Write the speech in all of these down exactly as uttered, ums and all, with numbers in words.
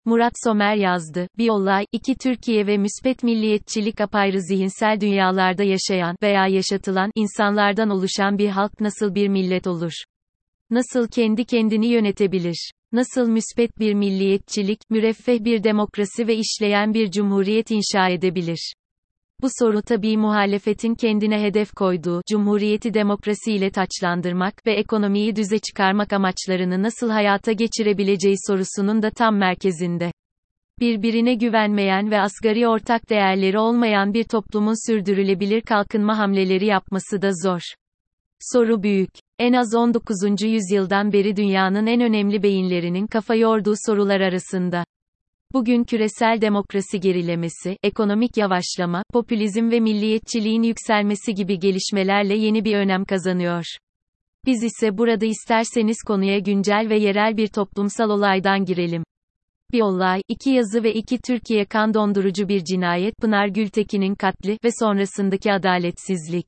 Murat Somer yazdı. Bir olay, iki Türkiye ve müspet milliyetçilik apayrı zihinsel dünyalarda yaşayan veya yaşatılan insanlardan oluşan bir halk nasıl bir millet olur? Nasıl kendi kendini yönetebilir? Nasıl müspet bir milliyetçilik, müreffeh bir demokrasi ve işleyen bir cumhuriyet inşa edebilir? Bu soru tabii muhalefetin kendine hedef koyduğu, cumhuriyeti demokrasi ile taçlandırmak ve ekonomiyi düze çıkarmak amaçlarını nasıl hayata geçirebileceği sorusunun da tam merkezinde. Birbirine güvenmeyen ve asgari ortak değerleri olmayan bir toplumun sürdürülebilir kalkınma hamleleri yapması da zor. Soru büyük. En az on dokuzuncu yüzyıldan beri dünyanın en önemli beyinlerinin kafa yorduğu sorular arasında. Bugün küresel demokrasi gerilemesi, ekonomik yavaşlama, popülizm ve milliyetçiliğin yükselmesi gibi gelişmelerle yeni bir önem kazanıyor. Biz ise burada isterseniz konuya güncel ve yerel bir toplumsal olaydan girelim. Bir olay, iki yazı ve iki Türkiye kan dondurucu bir cinayet, Pınar Gültekin'in katli ve sonrasındaki adaletsizlik.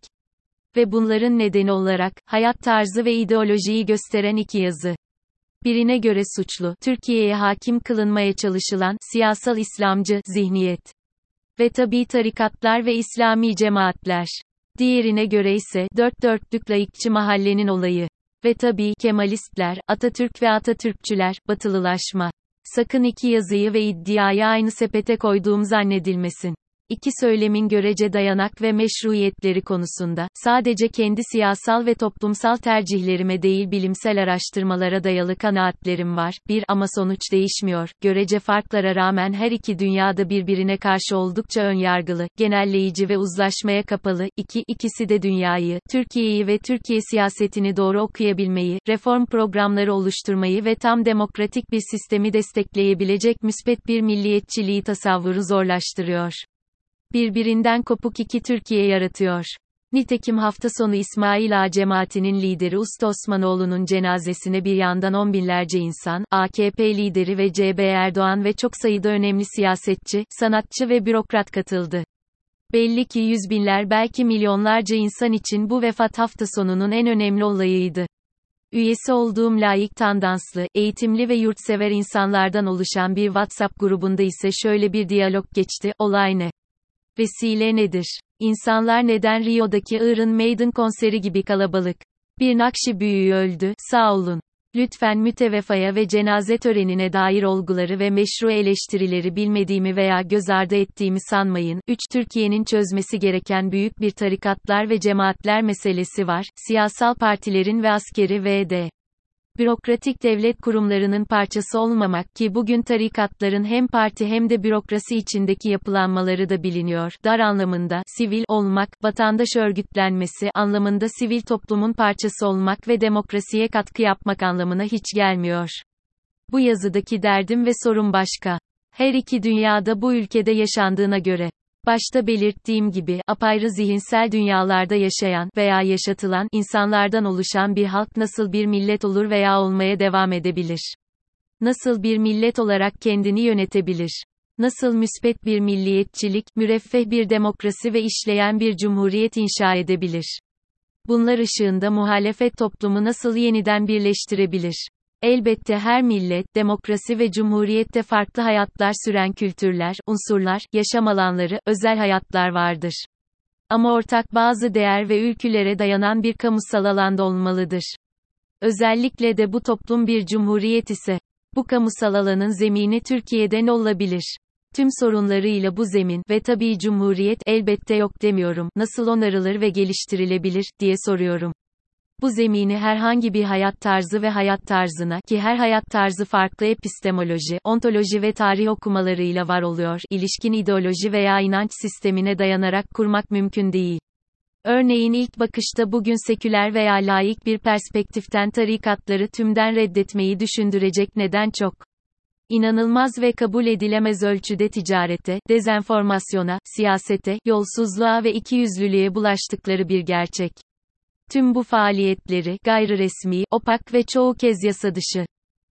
Ve bunların nedeni olarak, hayat tarzı ve ideolojiyi gösteren iki yazı. Birine göre suçlu, Türkiye'ye hakim kılınmaya çalışılan, siyasal İslamcı, zihniyet. Ve tabii tarikatlar ve İslami cemaatler. Diğerine göre ise, dört dörtlük laikçi mahallenin olayı. Ve tabii, Kemalistler, Atatürk ve Atatürkçüler, batılılaşma. Sakın iki yazıyı ve iddiayı aynı sepete koyduğum zannedilmesin. İki söylemin görece dayanak ve meşruiyetleri konusunda, sadece kendi siyasal ve toplumsal tercihlerime değil bilimsel araştırmalara dayalı kanaatlerim var. Bir, ama sonuç değişmiyor. Görece farklara rağmen her iki dünyada birbirine karşı oldukça önyargılı, genelleyici ve uzlaşmaya kapalı. İki, ikisi de dünyayı, Türkiye'yi ve Türkiye siyasetini doğru okuyabilmeyi, reform programları oluşturmayı ve tam demokratik bir sistemi destekleyebilecek müspet bir milliyetçiliği tasavvuru zorlaştırıyor. Birbirinden kopuk iki Türkiye yaratıyor. Nitekim hafta sonu İsmail Ağa cemaatinin lideri Usta Osmanoğlu'nun cenazesine bir yandan on binlerce insan, A K P lideri ve C B Erdoğan ve çok sayıda önemli siyasetçi, sanatçı ve bürokrat katıldı. Belli ki yüz binler belki milyonlarca insan için bu vefat hafta sonunun en önemli olayıydı. Üyesi olduğum laik tandanslı, eğitimli ve yurtsever insanlardan oluşan bir WhatsApp grubunda ise şöyle bir diyalog geçti: olay ne? Vesile nedir? İnsanlar neden Rio'daki Iron Maiden konseri gibi kalabalık? Bir Nakşi büyüğü öldü, sağ olun. Lütfen müteveffaya ve cenaze törenine dair olguları ve meşru eleştirileri bilmediğimi veya göz ardı ettiğimi sanmayın. üç Türkiye'nin çözmesi gereken büyük bir tarikatlar ve cemaatler meselesi var. Siyasal partilerin ve askeri ve d. bürokratik devlet kurumlarının parçası olmamak ki bugün tarikatların hem parti hem de bürokrasi içindeki yapılanmaları da biliniyor. Dar anlamında, sivil olmak, vatandaş örgütlenmesi anlamında sivil toplumun parçası olmak ve demokrasiye katkı yapmak anlamına hiç gelmiyor. Bu yazıdaki derdim ve sorun başka. Her iki dünyada bu ülkede yaşandığına göre. Başta belirttiğim gibi, apayrı zihinsel dünyalarda yaşayan veya yaşatılan insanlardan oluşan bir halk nasıl bir millet olur veya olmaya devam edebilir? Nasıl bir millet olarak kendini yönetebilir? Nasıl müspet bir milliyetçilik, müreffeh bir demokrasi ve işleyen bir cumhuriyet inşa edebilir? Bunlar ışığında muhalefet toplumu nasıl yeniden birleştirebilir? Elbette her millet, demokrasi ve cumhuriyette farklı hayatlar süren kültürler, unsurlar, yaşam alanları, özel hayatlar vardır. Ama ortak bazı değer ve ülkülere dayanan bir kamusal alanda olmalıdır. Özellikle de bu toplum bir cumhuriyet ise, bu kamusal alanın zemini Türkiye'de ne olabilir? Tüm sorunlarıyla bu zemin ve tabii cumhuriyet elbette yok demiyorum. Nasıl onarılır ve geliştirilebilir diye soruyorum. Bu zemini herhangi bir hayat tarzı ve hayat tarzına ki her hayat tarzı farklı epistemoloji, ontoloji ve tarih okumalarıyla var oluyor, ilişkin ideoloji veya inanç sistemine dayanarak kurmak mümkün değil. Örneğin ilk bakışta bugün seküler veya laik bir perspektiften tarikatları tümden reddetmeyi düşündürecek neden çok. İnanılmaz ve kabul edilemez ölçüde ticarete, dezenformasyona, siyasete, yolsuzluğa ve ikiyüzlülüğe bulaştıkları bir gerçek. Tüm bu faaliyetleri, gayriresmi, opak ve çoğu kez yasa dışı.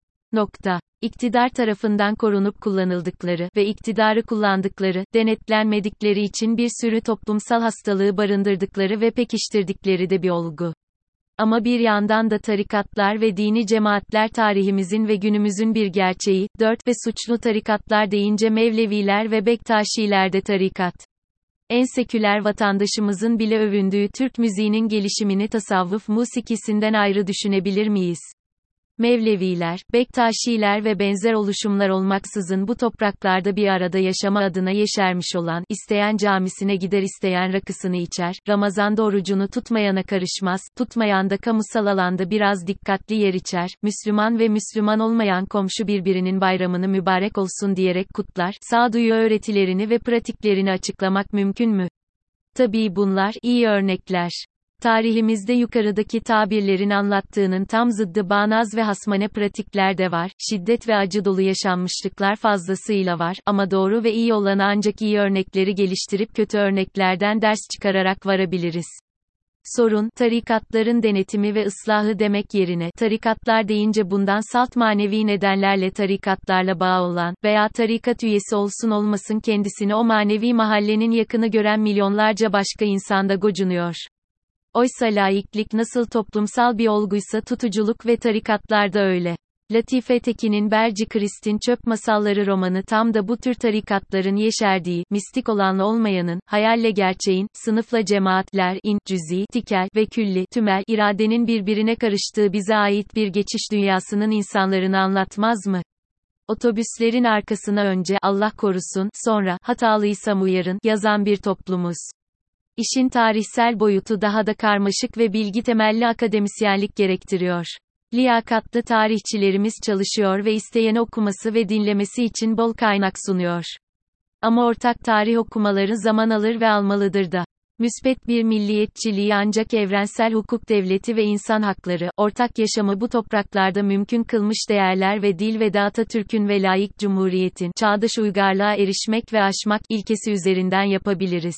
Nokta. İktidar tarafından korunup kullanıldıkları ve iktidarı kullandıkları, denetlenmedikleri için bir sürü toplumsal hastalığı barındırdıkları ve pekiştirdikleri de bir olgu. Ama bir yandan da tarikatlar ve dini cemaatler tarihimizin ve günümüzün bir gerçeği. dört Ve suçlu tarikatlar deyince Mevleviler ve Bektaşiler de tarikat. En seküler vatandaşımızın bile övündüğü Türk müziğinin gelişimini tasavvuf musikisinden ayrı düşünebilir miyiz? Mevleviler, Bektaşiler ve benzer oluşumlar olmaksızın bu topraklarda bir arada yaşama adına yeşermiş olan, isteyen camisine gider isteyen rakısını içer, Ramazan'da orucunu tutmayana karışmaz, tutmayan da kamusal alanda biraz dikkatli yer içer, Müslüman ve Müslüman olmayan komşu birbirinin bayramını mübarek olsun diyerek kutlar, sağduyu öğretilerini ve pratiklerini açıklamak mümkün mü? Tabii bunlar, iyi örnekler. Tarihimizde yukarıdaki tabirlerin anlattığının tam zıddı bağnaz ve hasmane pratikler de var, şiddet ve acı dolu yaşanmışlıklar fazlasıyla var, ama doğru ve iyi olana ancak iyi örnekleri geliştirip kötü örneklerden ders çıkararak varabiliriz. Sorun, tarikatların denetimi ve ıslahı demek yerine, tarikatlar deyince bundan salt manevi nedenlerle tarikatlarla bağı olan veya tarikat üyesi olsun olmasın kendisini o manevi mahallenin yakını gören milyonlarca başka insanda gocunuyor. Oysa laiklik nasıl toplumsal bir olguysa tutuculuk ve tarikatlarda öyle. Latife Tekin'in Berci Kristin Çöp Masalları romanı tam da bu tür tarikatların yeşerdiği, mistik olanla olmayanın, hayalle gerçeğin, sınıfla cemaatler, in, cüzi, tikel ve külli, tümel, iradenin birbirine karıştığı bize ait bir geçiş dünyasının insanlarını anlatmaz mı? Otobüslerin arkasına önce, Allah korusun, sonra, hatalıysam uyarın, yazan bir toplumuz. İşin tarihsel boyutu daha da karmaşık ve bilgi temelli akademisyenlik gerektiriyor. Liyakatlı tarihçilerimiz çalışıyor ve isteyene okuması ve dinlemesi için bol kaynak sunuyor. Ama ortak tarih okumaları zaman alır ve almalıdır da. Müspet bir milliyetçiliği ancak evrensel hukuk devleti ve insan hakları, ortak yaşamı bu topraklarda mümkün kılmış değerler ve dil ve Atatürk'ün ve laik cumhuriyetin, çağdaş uygarlığa erişmek ve aşmak ilkesi üzerinden yapabiliriz.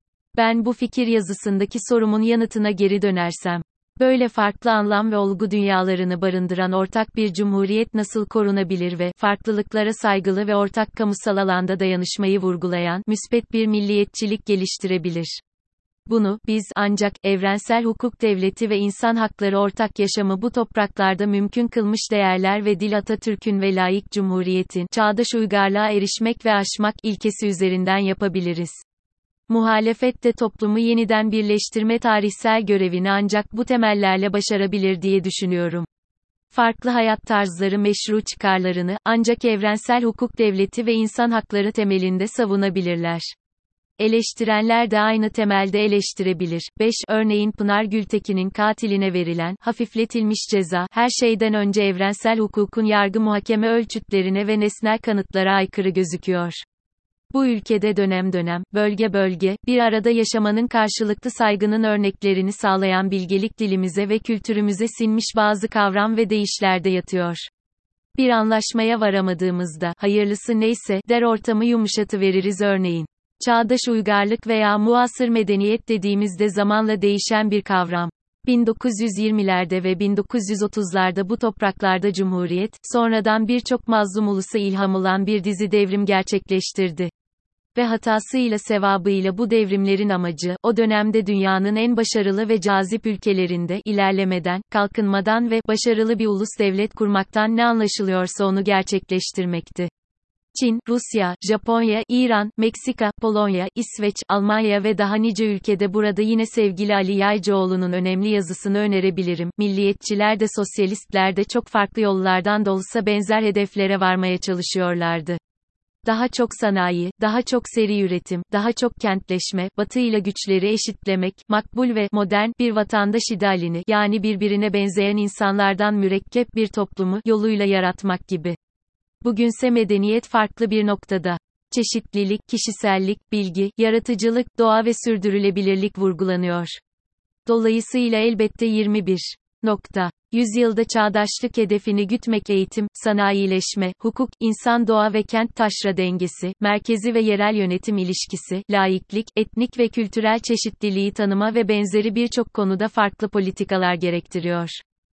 Ben bu fikir yazısındaki sorumun yanıtına geri dönersem, böyle farklı anlam ve olgu dünyalarını barındıran ortak bir cumhuriyet nasıl korunabilir ve, farklılıklara saygılı ve ortak kamusal alanda dayanışmayı vurgulayan, müspet bir milliyetçilik geliştirebilir? Bunu, biz, ancak, evrensel hukuk devleti ve insan hakları ortak yaşamı bu topraklarda mümkün kılmış değerler ve dil Atatürk'ün ve laik cumhuriyetin, çağdaş uygarlığa erişmek ve aşmak ilkesi üzerinden yapabiliriz. Muhalefet de toplumu yeniden birleştirme tarihsel görevini ancak bu temellerle başarabilir diye düşünüyorum. Farklı hayat tarzları meşru çıkarlarını, ancak evrensel hukuk devleti ve insan hakları temelinde savunabilirler. Eleştirenler de aynı temelde eleştirebilir. beş Örneğin Pınar Gültekin'in katiline verilen, hafifletilmiş ceza, her şeyden önce evrensel hukukun yargı muhakeme ölçütlerine ve nesnel kanıtlara aykırı gözüküyor. Bu ülkede dönem dönem, bölge bölge, bir arada yaşamanın karşılıklı saygının örneklerini sağlayan bilgelik dilimize ve kültürümüze sinmiş bazı kavram ve deyişler de yatıyor. Bir anlaşmaya varamadığımızda, hayırlısı neyse, der ortamı yumuşatıveririz örneğin. Çağdaş uygarlık veya muasır medeniyet dediğimizde zamanla değişen bir kavram. bin dokuz yüz yirmilerde ve bin dokuz yüz otuzlarda bu topraklarda Cumhuriyet, sonradan birçok mazlum ulusa ilham olan bir dizi devrim gerçekleştirdi. Ve hatasıyla sevabıyla bu devrimlerin amacı, o dönemde dünyanın en başarılı ve cazip ülkelerinde, ilerlemeden, kalkınmadan ve, başarılı bir ulus devlet kurmaktan ne anlaşılıyorsa onu gerçekleştirmekti. Çin, Rusya, Japonya, İran, Meksika, Polonya, İsveç, Almanya ve daha nice ülkede burada yine sevgili Ali Yaycıoğlu'nun önemli yazısını önerebilirim. Milliyetçiler de sosyalistler de çok farklı yollardan da olsa benzer hedeflere varmaya çalışıyorlardı. Daha çok sanayi, daha çok seri üretim, daha çok kentleşme, Batı ile güçleri eşitlemek, makbul ve modern bir vatandaş idealini, yani birbirine benzeyen insanlardan mürekkep bir toplumu yoluyla yaratmak gibi. Bugünse medeniyet farklı bir noktada. Çeşitlilik, kişisellik, bilgi, yaratıcılık, doğa ve sürdürülebilirlik vurgulanıyor. Dolayısıyla elbette yirmi bir. Nokta. Yüzyılda çağdaşlık hedefini gütmek eğitim, sanayileşme, hukuk, insan doğa ve kent taşra dengesi, merkezi ve yerel yönetim ilişkisi, laiklik, etnik ve kültürel çeşitliliği tanıma ve benzeri birçok konuda farklı politikalar gerektiriyor.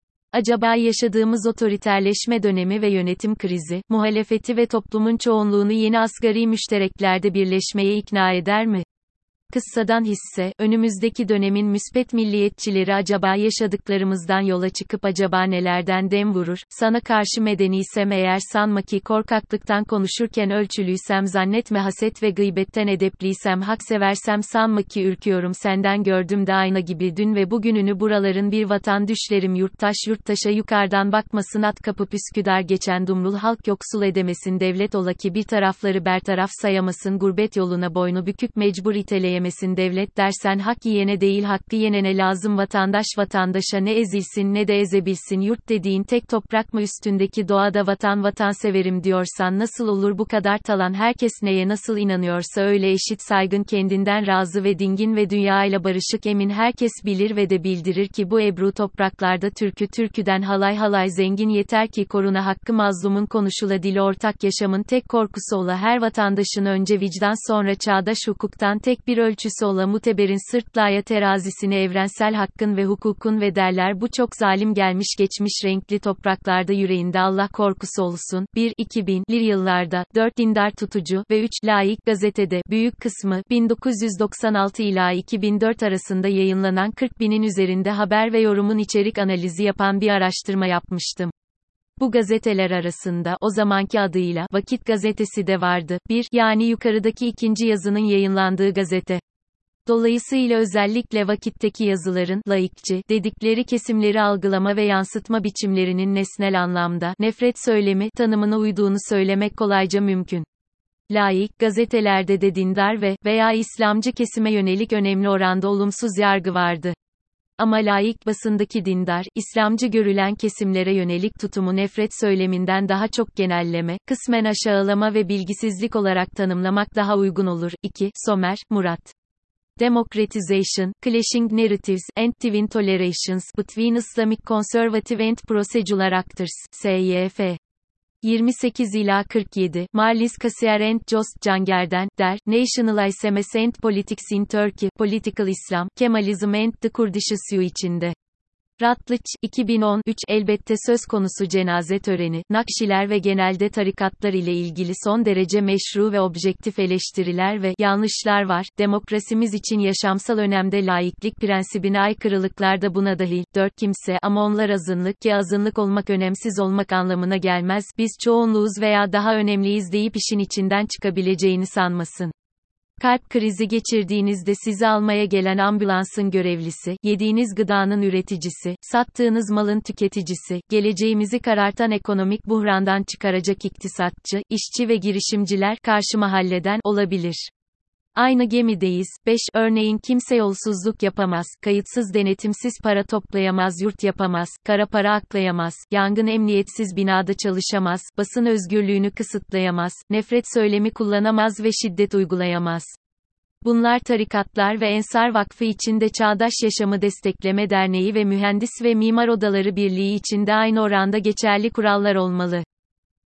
Acaba yaşadığımız otoriterleşme dönemi ve yönetim krizi, muhalefeti ve toplumun çoğunluğunu yeni asgari müştereklerde birleşmeye ikna eder mi? Kıssadan hisse, önümüzdeki dönemin müspet milliyetçileri acaba yaşadıklarımızdan yola çıkıp acaba nelerden dem vurur, sana karşı medeniysem eğer sanma ki korkaklıktan konuşurken ölçülüysem zannetme haset ve gıybetten edepliysem hak seversem sanma ki ürküyorum senden gördüm de ayna gibi dün ve bugününü buraların bir vatan düşlerim yurttaş yurttaşa yukarıdan bakmasın at kapıp Üsküdar geçen dumrul halk yoksul edemesin devlet ola ki bir tarafları bertaraf sayamasın gurbet yoluna boynu bükük mecbur iteleyemesin devlet dersen hak yiyene değil hakkı yenene lazım vatandaş vatandaşa ne ezilsin ne de ezebilsin yurt dediğin tek toprak mı üstündeki doğada vatan vatanseverim diyorsan nasıl olur bu kadar talan herkes neye nasıl inanıyorsa öyle eşit saygın kendinden razı ve dingin ve dünyayla barışık emin herkes bilir ve de bildirir ki bu ebru topraklarda türkü türküden halay halay zengin yeter ki koruna hakkı mazlumun konuşula dili ortak yaşamın tek korkusu ola her vatandaşın önce vicdan sonra çağdaş hukuktan tek bir ölçüsü ola muteberin sırtlaya terazisini evrensel hakkın ve hukukun ve derler bu çok zalim gelmiş geçmiş renkli topraklarda yüreğinde Allah korkusu olsun. bir iki binli yıllarda, dört dindar tutucu ve üç laik gazetede, büyük kısmı, bin dokuz yüz doksan altı ila iki bin dört arasında yayınlanan kırk binin üzerinde haber ve yorumun içerik analizi yapan bir araştırma yapmıştım. Bu gazeteler arasında, o zamanki adıyla, Vakit gazetesi de vardı. bir Yani yukarıdaki ikinci yazının yayınlandığı gazete. Dolayısıyla özellikle Vakit'teki yazıların, laikçi, dedikleri kesimleri algılama ve yansıtma biçimlerinin nesnel anlamda, nefret söylemi, tanımına uyduğunu söylemek kolayca mümkün. Laik, gazetelerde de dindar ve, veya İslamcı kesime yönelik önemli oranda olumsuz yargı vardı. Ama laik basındaki dindar, İslamcı görülen kesimlere yönelik tutumu nefret söyleminden daha çok genelleme, kısmen aşağılama ve bilgisizlik olarak tanımlamak daha uygun olur. iki Somer, Murat. Democratization, Clashing Narratives, and Twin Tolerations Between Islamic Conservative and Procedural Actors, S Y F. yirmi sekiz ila kırk yedi, Marlis Kasiyer and Jost Canger'den, der, Nationalism and Politics in Turkey, Political Islam, Kemalism and the Kurdish Issue içinde. Routledge, iki bin on üç, elbette söz konusu cenaze töreni, Nakşiler ve genelde tarikatlar ile ilgili son derece meşru ve objektif eleştiriler ve yanlışlar var. Demokrasimiz için yaşamsal önemde laiklik prensibine aykırılıklar da buna dahil. dört Kimse, ama onlar azınlık ki azınlık olmak önemsiz olmak anlamına gelmez. Biz çoğunluğuz veya daha önemliyiz deyip işin içinden çıkabileceğini sanmasın. Kalp krizi geçirdiğinizde sizi almaya gelen ambulansın görevlisi, yediğiniz gıdanın üreticisi, sattığınız malın tüketicisi, geleceğimizi karartan ekonomik buhrandan çıkaracak iktisatçı, işçi ve girişimciler karşı mahalleden olabilir. Aynı gemideyiz. beş Örneğin kimse yolsuzluk yapamaz, kayıtsız denetimsiz para toplayamaz, yurt yapamaz, kara para aklayamaz, yangın emniyetsiz binada çalışamaz, basın özgürlüğünü kısıtlayamaz, nefret söylemi kullanamaz ve şiddet uygulayamaz. Bunlar tarikatlar ve Ensar Vakfı içinde Çağdaş Yaşamı Destekleme Derneği ve Mühendis ve Mimar Odaları Birliği içinde aynı oranda geçerli kurallar olmalı.